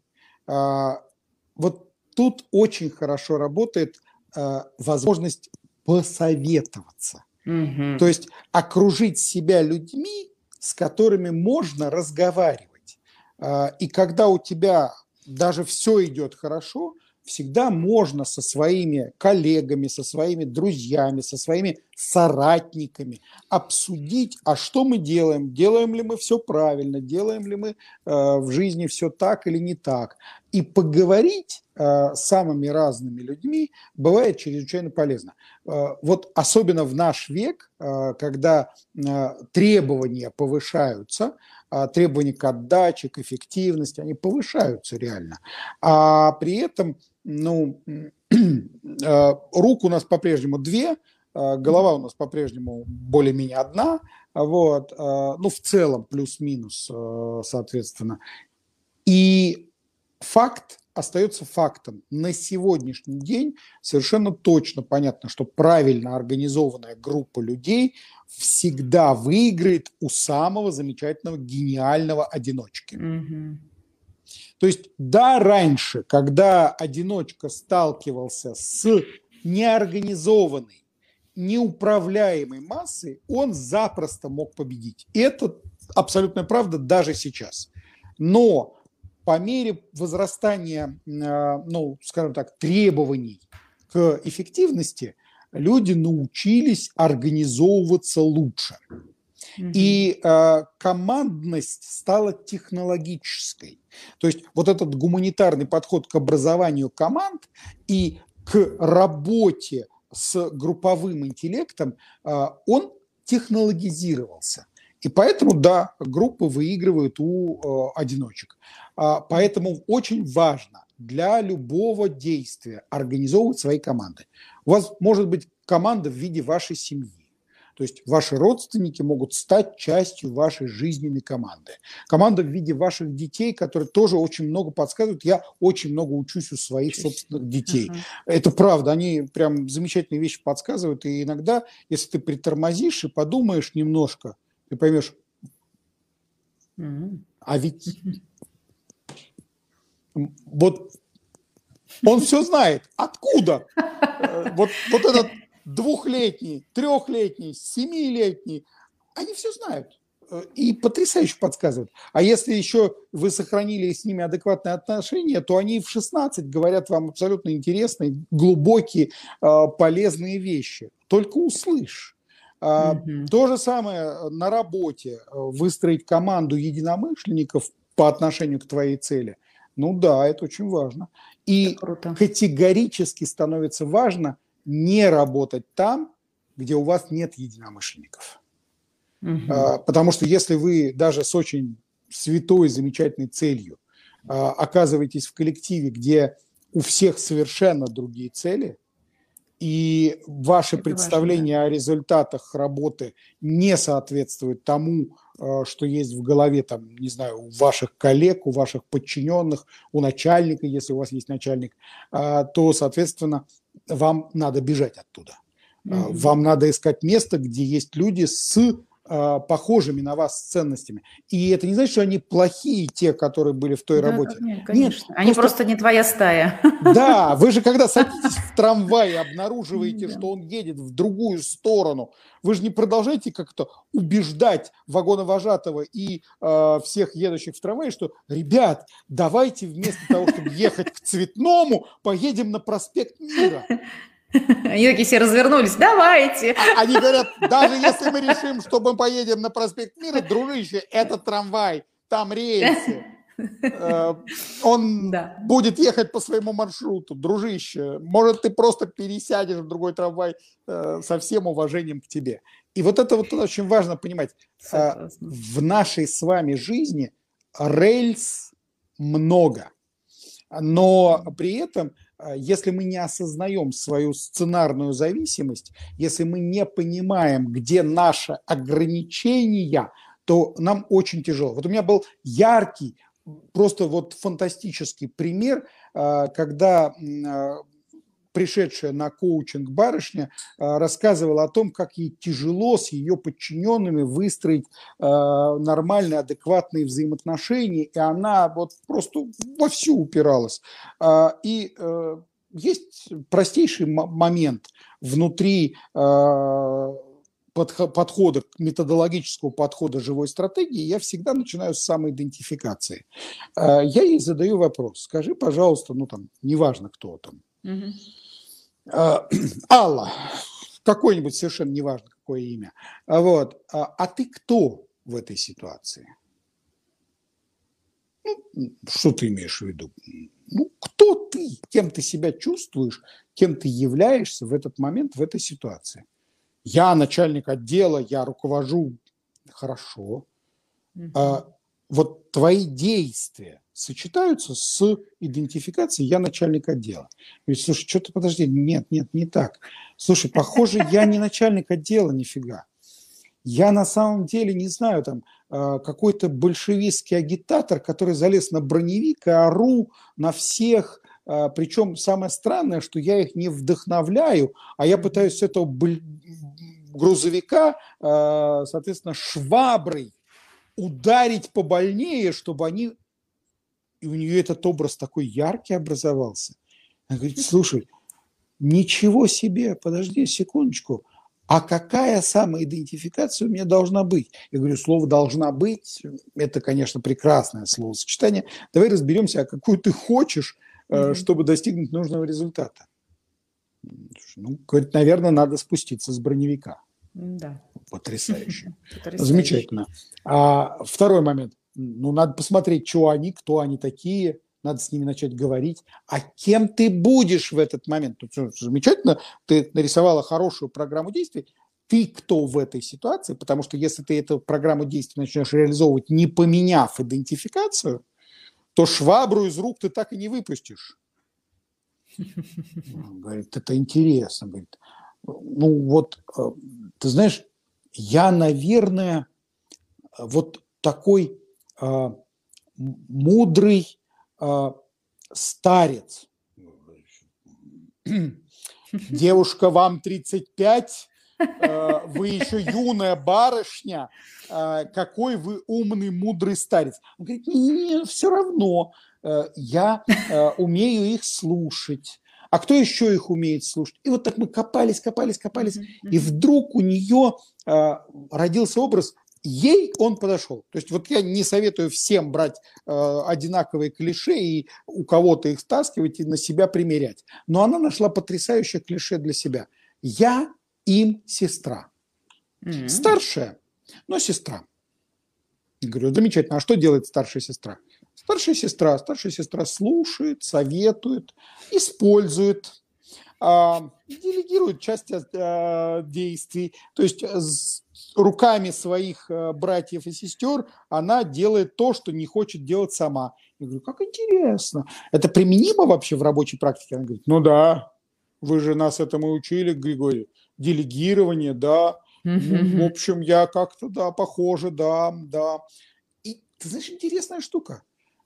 вот тут очень хорошо работает возможность посоветоваться. То есть окружить себя людьми, с которыми можно разговаривать. И когда у тебя даже все идет хорошо, всегда можно со своими коллегами, со своими друзьями, со своими соратниками обсудить, а что мы делаем, делаем ли мы все правильно, делаем ли мы в жизни все так или не так. И поговорить с самыми разными людьми бывает чрезвычайно полезно. Вот особенно в наш век, когда требования повышаются, требования к отдаче, к эффективности, они повышаются реально. А при этом рук у нас по-прежнему две, голова у нас по-прежнему более-менее одна, вот, в целом плюс-минус, соответственно. И факт остается фактом. На сегодняшний день совершенно точно понятно, что правильно организованная группа людей всегда выиграет у самого замечательного, гениального одиночки. Мгм. То есть, да, раньше, когда одиночка сталкивался с неорганизованной, неуправляемой массой, он запросто мог победить. И это абсолютная правда даже сейчас. Но по мере возрастания, ну, скажем так, требований к эффективности, люди научились организовываться лучше. И командность стала технологической. То есть вот этот гуманитарный подход к образованию команд и к работе с групповым интеллектом, он технологизировался. И поэтому, да, группы выигрывают у одиночек. Поэтому очень важно для любого действия организовывать свои команды. У вас может быть команда в виде вашей семьи. То есть ваши родственники могут стать частью вашей жизненной команды. Команда в виде ваших детей, которые тоже очень много подсказывают. Я очень много учусь у своих собственных детей. Это правда, они прям замечательные вещи подсказывают. И иногда, если ты притормозишь и подумаешь немножко, ты поймешь, а ведь вот он все знает. Откуда? Вот этот 2-летний, 3-летний, 7-летний, они все знают и потрясающе подсказывают. А если еще вы сохранили с ними адекватные отношения, то они в 16 говорят вам абсолютно интересные, глубокие, полезные вещи. Только услышь. То же самое на работе. Выстроить команду единомышленников по отношению к твоей цели. Ну да, это очень важно. И категорически становится важно не работать там, где у вас нет единомышленников. Потому что если вы даже с очень святой, замечательной целью оказываетесь в коллективе, где у всех совершенно другие цели, и ваши представления о результатах работы не соответствуют тому, что есть в голове, там, не знаю, у ваших коллег, у ваших подчиненных, у начальника, если у вас есть начальник, то, соответственно, вам надо бежать оттуда. Вам надо искать место, где есть люди с похожими на вас ценностями. И это не значит, что они плохие, те, которые были в той работе. Нет, конечно. Нет, они просто не твоя стая. Да, вы же когда садитесь в трамвай и обнаруживаете, что он едет в другую сторону, вы же не продолжаете как-то убеждать вагоновожатого и всех едущих в трамвае, что, ребят, давайте вместо того, чтобы ехать к Цветному, поедем на проспект Мира. Они такие все развернулись, давайте. Они говорят, даже если мы решим, что мы поедем на проспект Мира, дружище, это трамвай, там рельсы. Он будет ехать по своему маршруту, дружище. Может, ты просто пересядешь в другой трамвай со всем уважением к тебе. И вот это вот очень важно понимать. В нашей с вами жизни рельс много. Но при этом, если мы не осознаем свою сценарную зависимость, если мы не понимаем, где наши ограничения, то нам очень тяжело. Вот у меня был яркий, просто вот фантастический пример, когда пришедшая на коучинг барышня рассказывала о том, как ей тяжело с ее подчиненными выстроить нормальные, адекватные взаимоотношения, и она вот просто вовсю упиралась. И есть простейший момент внутри подхода, методологического подхода живой стратегии, я всегда начинаю с самоидентификации. Я ей задаю вопрос: скажи, пожалуйста, ну там, неважно кто там, Алла, какое-нибудь совершенно неважно какое имя, вот, а ты кто в этой ситуации? Ну, что ты имеешь в виду? Ну, кто ты? Кем ты себя чувствуешь? Кем ты являешься в этот момент, в этой ситуации? Я начальник отдела, я руковожу. Хорошо. Вот твои действия сочетаются с идентификацией «я начальник отдела». Говорит: слушай, что-то подожди, нет, не так. Слушай, похоже, я не начальник отдела, нифига. Я на самом деле не знаю, там какой-то большевистский агитатор, который залез на броневик и ору на всех. Причем самое странное, что я их не вдохновляю, а я пытаюсь с этого грузовика, соответственно, шваброй ударить побольнее, чтобы они... И у нее этот образ такой яркий образовался. Она говорит, слушай, ничего себе, подожди секундочку, а какая самоидентификация у меня должна быть? Я говорю, слово «должна быть» – это, конечно, прекрасное словосочетание. Давай разберемся, а какую ты хочешь, чтобы достигнуть нужного результата. Ну, говорит, наверное, надо спуститься с броневика. Да. Потрясающе. Замечательно. Второй момент. Ну, надо посмотреть, что они, кто они такие. Надо с ними начать говорить. А кем ты будешь в этот момент? Тут замечательно, ты нарисовала хорошую программу действий. Ты кто в этой ситуации? Потому что если ты эту программу действий начнешь реализовывать, не поменяв идентификацию, то швабру из рук ты так и не выпустишь. Говорит, это интересно. Говорит, ну вот, ты знаешь, я, наверное, вот такой мудрый старец. Девушка, вам 35, вы еще юная барышня, какой вы умный, мудрый старец. Он говорит, не, все равно, я умею их слушать. А кто еще их умеет слушать? И вот так мы копались, и вдруг у нее родился образ, ей он подошел. То есть вот я не советую всем брать одинаковые клише и у кого-то их стаскивать и на себя примерять. Но она нашла потрясающее клише для себя. Я им сестра. Старшая, но сестра. Я говорю, замечательно. А что делает старшая сестра? Старшая сестра слушает, советует, использует, делегирует часть действий. То есть руками своих братьев и сестер она делает то, что не хочет делать сама. Я говорю, как интересно. Это применимо вообще в рабочей практике? Она говорит, ну да, вы же нас этому учили, Григорий. Делегирование, да. Ну, в общем, я как-то, да, похоже, да. И, ты знаешь, интересная штука.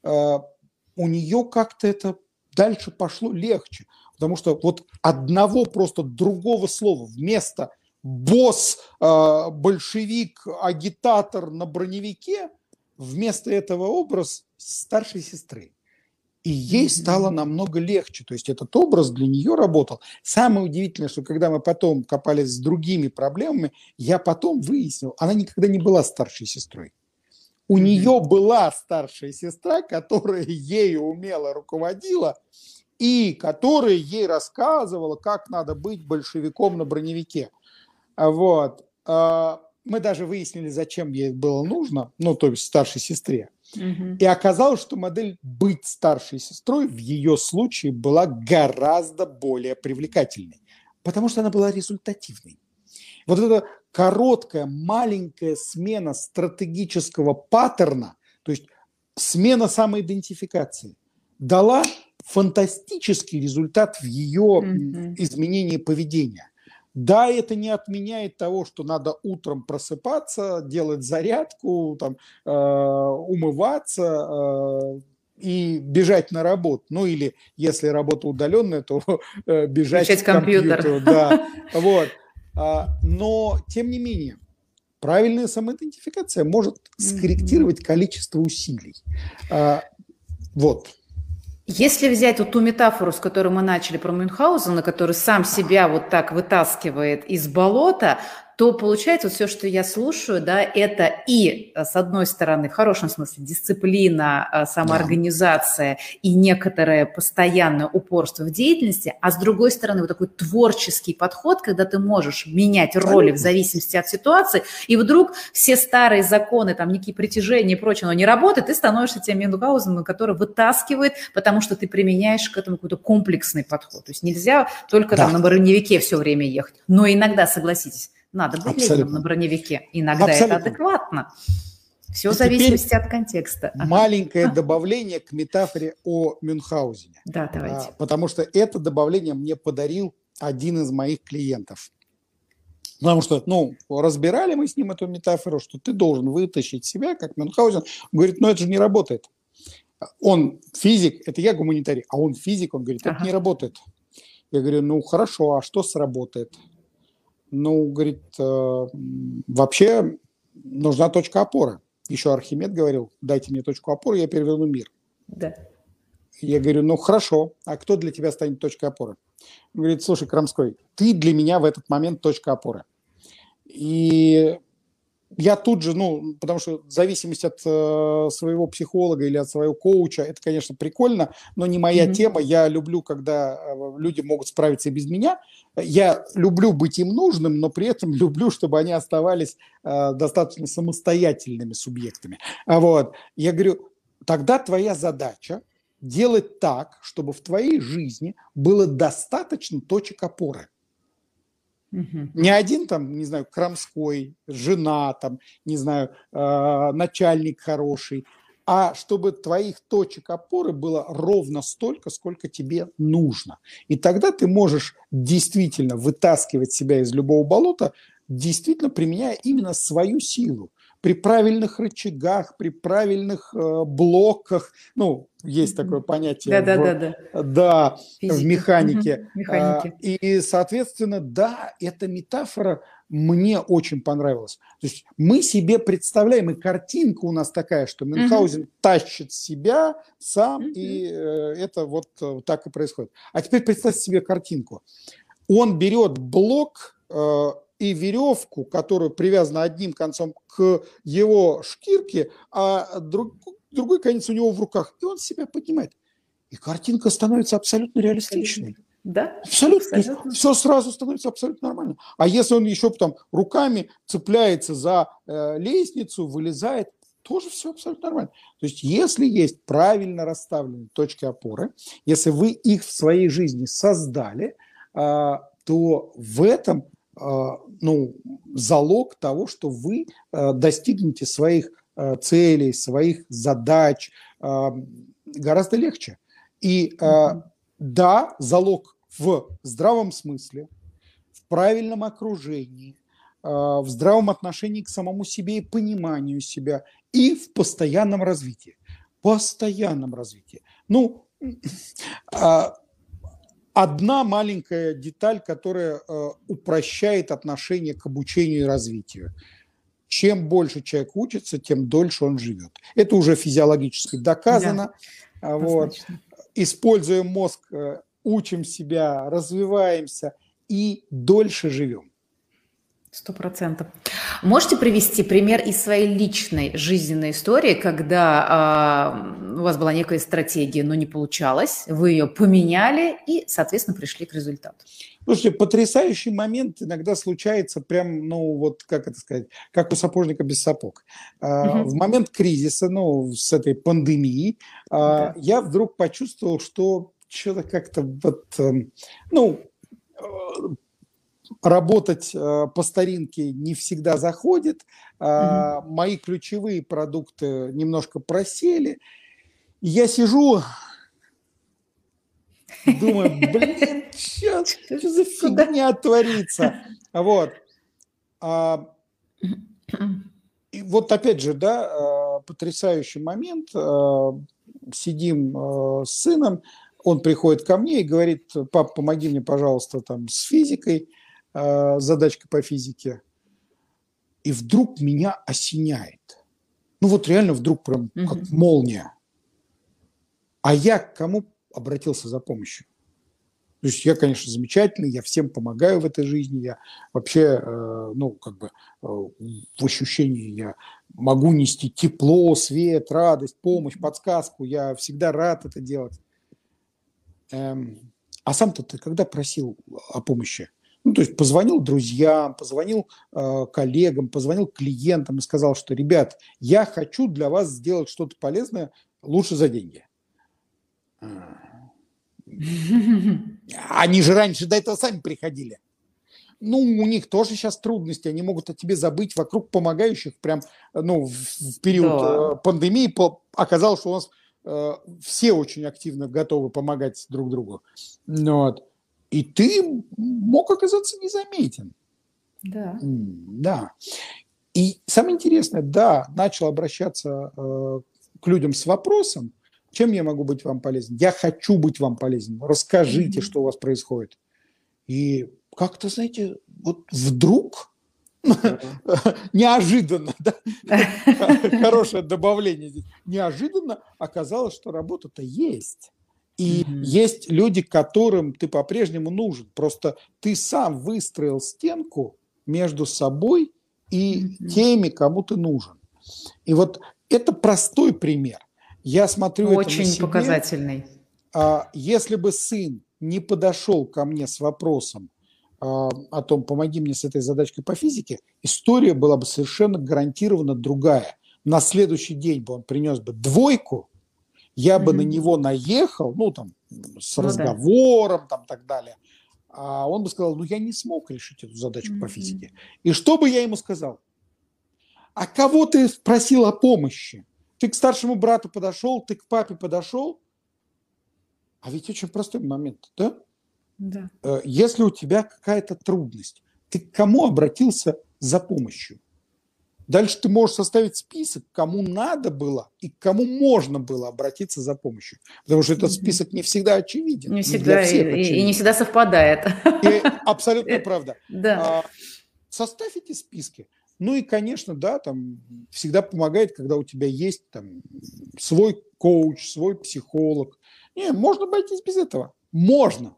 У нее как-то это дальше пошло легче. Потому что вот одного просто другого слова вместо босс, большевик, агитатор на броневике, вместо этого образ старшей сестры. И ей стало намного легче. То есть этот образ для нее работал. Самое удивительное, что когда мы потом копались с другими проблемами, я потом выяснил, она никогда не была старшей сестрой. У нее была старшая сестра, которая ею умело руководила и которая ей рассказывала, как надо быть большевиком на броневике. Вот. Мы даже выяснили, зачем ей было нужно, ну, то есть старшей сестре. И оказалось, что модель быть старшей сестрой в ее случае была гораздо более привлекательной, потому что она была результативной. Вот эта короткая, маленькая смена стратегического паттерна, то есть смена самоидентификации, дала фантастический результат в ее изменении поведения. Да, это не отменяет того, что надо утром просыпаться, делать зарядку, там, умываться и бежать на работу. Ну или, если работа удаленная, то бежать к компьютеру. Да. Вот. Но, тем не менее, правильная самоидентификация может скорректировать количество усилий. Вот. Если взять вот ту метафору, с которой мы начали про Мюнхгаузена, который сам себя вот так вытаскивает из болота, то получается вот все, что я слушаю, да, это и, с одной стороны, в хорошем смысле, дисциплина, самоорганизация и некоторое постоянное упорство в деятельности, а с другой стороны, вот такой творческий подход, когда ты можешь менять роли в зависимости от ситуации, и вдруг все старые законы, там, некие притяжения и прочее, но не работают, ты становишься тем Мюнхгаузеном, который вытаскивает, потому что ты применяешь к этому какой-то комплексный подход. То есть нельзя только там на броневике все время ехать, но иногда, согласитесь, надо быть летом на броневике. Иногда это адекватно. Все в зависимости от контекста. Маленькое добавление к метафоре о Мюнхгаузене. Да, давайте. Потому что это добавление мне подарил один из моих клиентов. Потому что, разбирали мы с ним эту метафору, что ты должен вытащить себя, как Мюнхгаузен. Он говорит, это же не работает. Он физик, это я гуманитарий, а он физик, он говорит, это не работает. Я говорю, хорошо, а что сработает? Говорит, вообще нужна точка опоры. Еще Архимед говорил, дайте мне точку опоры, я переверну мир. Да. Я говорю, хорошо, а кто для тебя станет точкой опоры? Он говорит, слушай, Крамской, ты для меня в этот момент точка опоры. И я тут же, потому что зависимость от своего психолога или от своего коуча, это, конечно, прикольно, но не моя тема. Я люблю, когда люди могут справиться и без меня. Я люблю быть им нужным, но при этом люблю, чтобы они оставались достаточно самостоятельными субъектами. Вот. Я говорю, тогда твоя задача делать так, чтобы в твоей жизни было достаточно точек опоры. Не один там, не знаю, Крамской, жена там, не знаю, начальник хороший, а чтобы твоих точек опоры было ровно столько, сколько тебе нужно. И тогда ты можешь действительно вытаскивать себя из любого болота, действительно применяя именно свою силу. При правильных рычагах, при правильных блоках, есть такое понятие в механике. И, соответственно, эта метафора мне очень понравилась. То есть мы себе представляем, и картинка у нас такая, что Мюнхгаузен тащит себя сам, и это вот так и происходит. А теперь представьте себе картинку. Он берет блок и веревку, которая привязана одним концом к его шкирке, а другой конец у него в руках, и он себя поднимает. И картинка становится абсолютно реалистичной. Да? Абсолютно. Все сразу становится абсолютно нормально. А если он еще потом руками цепляется за лестницу, вылезает, тоже все абсолютно нормально. То есть если есть правильно расставленные точки опоры, если вы их в своей жизни создали, то в этом залог того, что вы достигнете своих целей, своих задач гораздо легче. И залог в здравом смысле, в правильном окружении, в здравом отношении к самому себе и пониманию себя, и в постоянном развитии. Постоянном развитии. Одна маленькая деталь, которая упрощает отношение к обучению и развитию. Чем больше человек учится, тем дольше он живет. Это уже физиологически доказано. Да, вот. Используем мозг, учим себя, развиваемся и дольше живем. 100%. Можете привести пример из своей личной жизненной истории, когда у вас была некая стратегия, но не получалось, вы ее поменяли и, соответственно, пришли к результату? Слушайте, потрясающий момент иногда случается прям, как это сказать, как у сапожника без сапог. В момент кризиса, с этой пандемией, я вдруг почувствовал, что что-то как-то работать по старинке не всегда заходит. Мои ключевые продукты немножко просели. Я сижу, думаю, что за фигня творится? Вот. И вот опять же, потрясающий момент. Сидим с сыном, он приходит ко мне и говорит: пап, помоги мне, пожалуйста, с физикой, задачка по физике. И вдруг меня осеняет. Реально вдруг прям как молния. А я к кому обратился за помощью? То есть я, конечно, замечательный, я всем помогаю в этой жизни, я вообще, в ощущении я могу нести тепло, свет, радость, помощь, подсказку, я всегда рад это делать. А сам-то ты когда просил о помощи? То есть позвонил друзьям, позвонил коллегам, позвонил клиентам и сказал, что, ребят, я хочу для вас сделать что-то полезное лучше за деньги. Они же раньше до этого сами приходили. У них тоже сейчас трудности, они могут о тебе забыть. Вокруг помогающих прям, в период пандемии оказалось, что у нас все очень активно готовы помогать друг другу. И ты мог оказаться незаметен. Да. Да. И самое интересное, да, начал обращаться к людям с вопросом, чем я могу быть вам полезен? Я хочу быть вам полезен. Расскажите, что у вас происходит. И как-то, знаете, вот вдруг, неожиданно, да, хорошее добавление здесь, неожиданно оказалось, что работа-то есть. И есть люди, которым ты по-прежнему нужен. Просто ты сам выстроил стенку между собой и теми, кому ты нужен. И вот это простой пример. Я смотрю это на Очень себе. показательный. Если бы сын не подошел ко мне с вопросом о том, помоги мне с этой задачкой по физике, история была бы совершенно гарантированно другая. На следующий день бы он принес бы двойку, я бы на него наехал, ну, там, с разговором, там, так далее. А он бы сказал, ну, я не смог решить эту задачку по физике. И что бы я ему сказал? А кого ты просил о помощи? Ты к старшему брату подошел, ты к папе подошел? А ведь очень простой момент, да? Да. Если у тебя какая-то трудность, ты к кому обратился за помощью? Дальше ты можешь составить список, кому надо было и к кому можно было обратиться за помощью. Потому что этот список не всегда очевиден. Не Не для всегда, всех очевиден. и не всегда совпадает. И абсолютно правда. Да. Составь эти списки. Ну и, конечно, да, там всегда помогает, когда у тебя есть там свой коуч, свой психолог. Не, можно обойтись без этого. Можно.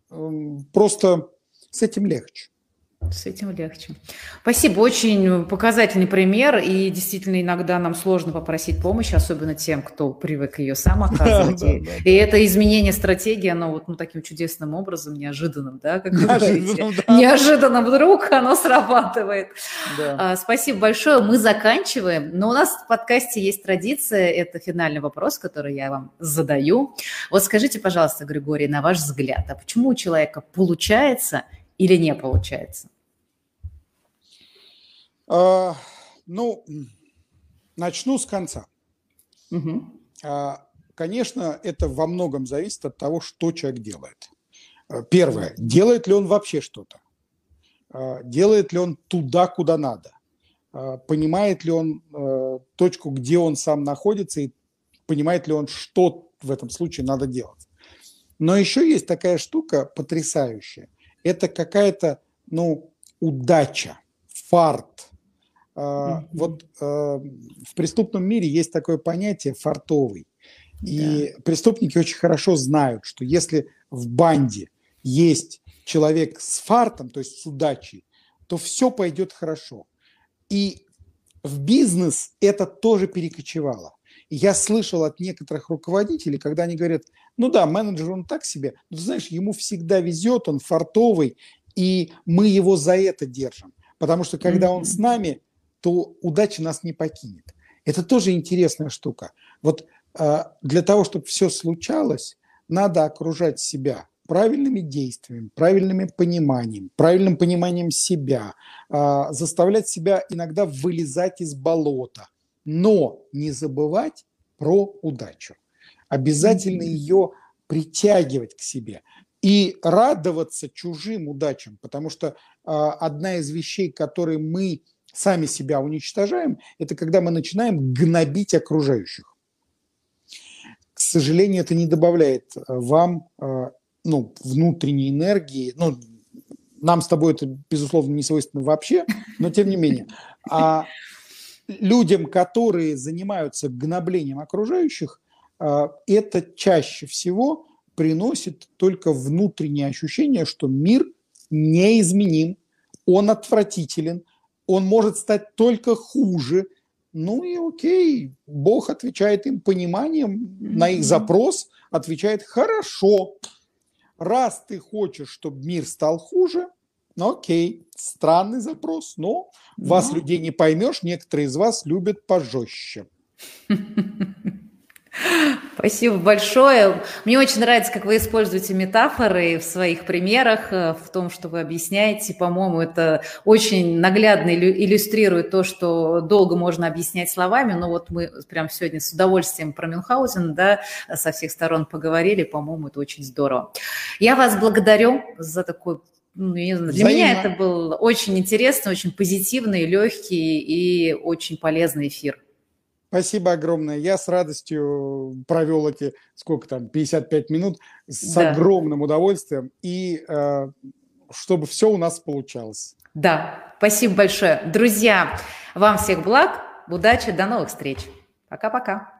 Просто с этим легче. С этим легче. Спасибо, очень показательный пример, и действительно иногда нам сложно попросить помощи, особенно тем, кто привык ее сам оказывать. И это изменение стратегии, оно вот таким чудесным образом, неожиданным, да, как вы говорите, неожиданно вдруг оно срабатывает. Спасибо большое, мы заканчиваем, но у нас в подкасте есть традиция, это финальный вопрос, который я вам задаю. Вот скажите, пожалуйста, Григорий, на ваш взгляд, а почему у человека получается или не получается? Ну, начну с конца. Конечно, это во многом зависит от того, что человек делает. Первое, делает ли он вообще что-то? Делает ли он туда, куда надо? Понимает ли он точку, где он сам находится, и понимает ли он, что в этом случае надо делать? Но еще есть такая штука потрясающая. Это какая-то, удача, фарт. Вот в преступном мире есть такое понятие фартовый. И преступники очень хорошо знают, что если в банде есть человек с фартом, то есть с удачей, то все пойдет хорошо. И в бизнес это тоже перекочевало. И я слышал от некоторых руководителей, когда они говорят, менеджер он так себе, но ты знаешь, ему всегда везет, он фартовый, и мы его за это держим. Потому что когда он с нами, то удача нас не покинет. Это тоже интересная штука. Вот для того, чтобы все случалось, надо окружать себя правильными действиями, правильным пониманием себя, заставлять себя иногда вылезать из болота, но не забывать про удачу. Обязательно ее притягивать к себе и радоваться чужим удачам, потому что одна из вещей, которые мы сами себя уничтожаем, это когда мы начинаем гнобить окружающих. К сожалению, это не добавляет вам внутренней энергии. Нам с тобой это, безусловно, не свойственно вообще, но тем не менее. А людям, которые занимаются гноблением окружающих, это чаще всего приносит только внутреннее ощущение, что мир неизменим, он отвратителен, он может стать только хуже. Ну и окей, Бог отвечает им пониманием на их запрос, отвечает хорошо. Раз ты хочешь, чтобы мир стал хуже, окей, странный запрос, но вас, людей, не поймешь, некоторые из вас любят пожестче. Спасибо большое. Мне очень нравится, как вы используете метафоры в своих примерах, в том, что вы объясняете. По-моему, это очень наглядно иллюстрирует то, что долго можно объяснять словами. Но вот мы прям сегодня с удовольствием про Мюнхгаузен, со всех сторон поговорили. По-моему, это очень здорово. Я вас благодарю за такой ну, я не знаю, для меня это был очень интересный, очень позитивный, легкий и очень полезный эфир. Спасибо огромное. Я с радостью провел эти, сколько там, 55 минут с огромным удовольствием. И чтобы все у нас получалось. Да, спасибо большое. Друзья, вам всех благ, удачи, до новых встреч. Пока-пока.